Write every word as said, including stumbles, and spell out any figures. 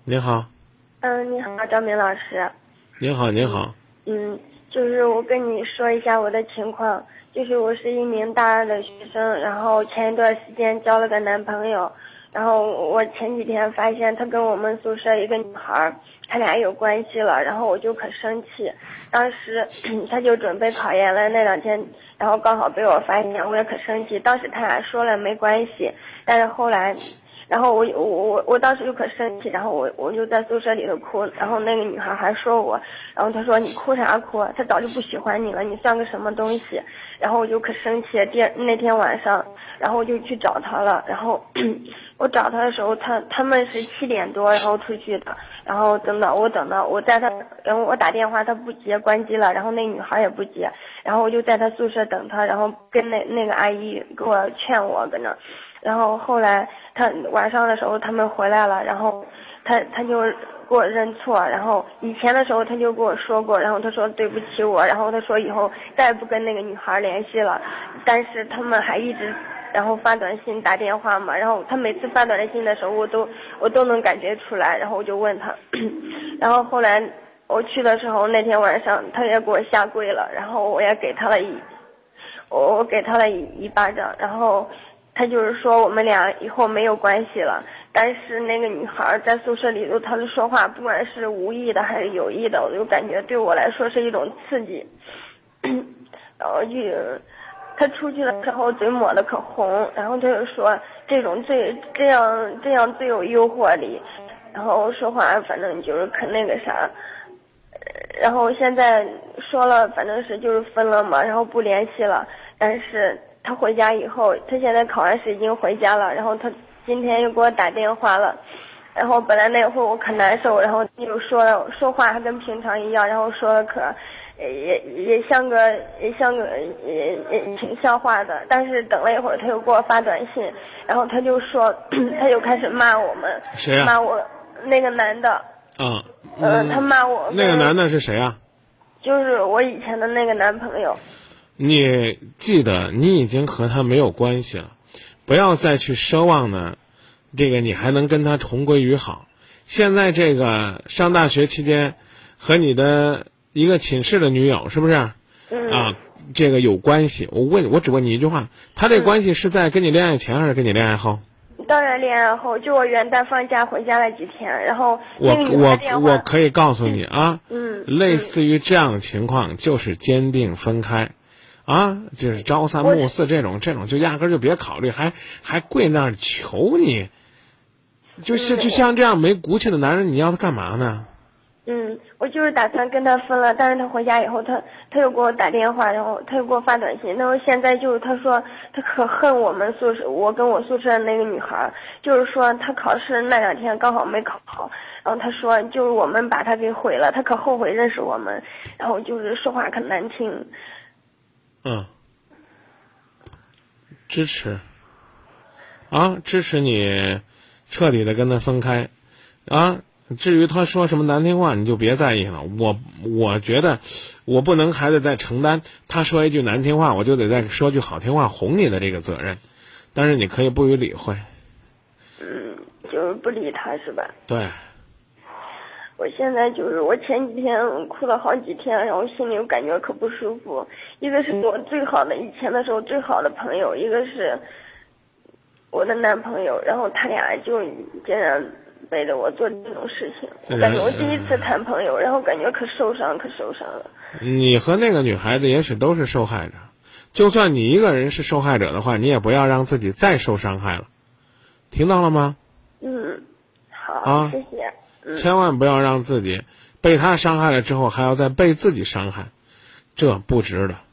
您好。 嗯，你好，张明老师。 您好，您好。 嗯，就是我跟你说一下我的情况，就是我是一名大二的学生，然后前一段时间交了个男朋友，然后我前几天发现他跟我们宿舍一个女孩，他俩有关系了，然后我就可生气，当时他就准备考研了那两天，然后刚好被我发现，我也可生气，当时他俩说了没关系，但是后来。然后我我我我当时就可生气，然后我我就在宿舍里头哭，然后那个女孩还说我，然后她说你哭啥哭？她早就不喜欢你了，你算个什么东西？然后我就可生气，第二那天晚上，然后我就去找她了，然后我找她的时候，她他们是七点多然后出去的，然后等到我等到我在她，然后我打电话她不接，关机了，然后那女孩也不接，然后我就在她宿舍等她，然后跟那那个阿姨给我劝我搁那。然后后来他晚上的时候他们回来了，然后他他就给我认错，然后以前的时候他就跟我说过，然后他说对不起我，然后他说以后再也不跟那个女孩联系了，但是他们还一直然后发短信打电话嘛，然后他每次发短信的时候我都我都能感觉出来，然后我就问他然后后来我去的时候那天晚上他也给我下跪了，然后我也给他了一我我给他了一一巴掌，然后他就是说我们俩以后没有关系了，但是那个女孩在宿舍里头，她的说话不管是无意的还是有意的，我就感觉对我来说是一种刺激。然后就她出去的时候嘴抹得可红，然后她就说这种最这样这样最有诱惑力，然后说话反正就是可那个啥。然后现在说了反正是就是分了嘛，然后不联系了，但是他回家以后，他现在考完试已经回家了，然后他今天又给我打电话了，然后本来那会儿我可难受，然后又说了说话还跟平常一样，然后说了可也也像个也像个也也挺像话的，但是等了一会儿他又给我发短信，然后他就说他就开始骂我们， 谁啊？ 骂我那个男的。 啊， 嗯、呃，他骂我。 那个男的是谁啊？ 就是我以前的那个男朋友。 你记得你已经和他没有关系了，不要再去奢望呢，这个你还能跟他重归于好。现在这个上大学期间和你的一个寝室的女友是不是？ 嗯。 啊，这个有关系。我问，我只问你一句话，他这关系是在跟你恋爱前还是跟你恋爱后？ 当然恋爱后，就我元旦放假回家了几天，然后我我我可以告诉你啊， 嗯， 类似于这样的情况就是坚定分开。啊，就是朝三暮四这种，这种就压根儿就别考虑，还还跪那儿求你，就是就像这样没骨气的男人，你要他干嘛呢？ 嗯，我就是打算跟他分了，但是他回家以后，他他又给我打电话，然后他又给我发短信，然后现在就是他说他可恨我们宿舍，我跟我宿舍的那个女孩，就是说他考试那两天刚好没考好，然后他说就是我们把他给毁了，他可后悔认识我们，然后就是说话可难听。 嗯，支持啊，支持你彻底的跟他分开啊。至于他说什么难听话，你就别在意了。我我觉得我不能还得再承担他说一句难听话，我就得再说句好听话哄你的这个责任。但是你可以不予理会。 嗯，就是不理他是吧？ 对。 我现在就是我前几天哭了好几天，然后心里又感觉可不舒服。一个是我最好的以前的时候最好的朋友，一个是我的男朋友，然后他俩就竟然背着我做这种事情。我感觉我第一次谈朋友，然后感觉可受伤可受伤了。 你和那个女孩子也许都是受害者，就算你一个人是受害者的话，你也不要让自己再受伤害了，听到了吗？ 嗯，好， 啊， 谢谢。 千万不要让自己被他伤害了之后还要再被自己伤害，这不值得。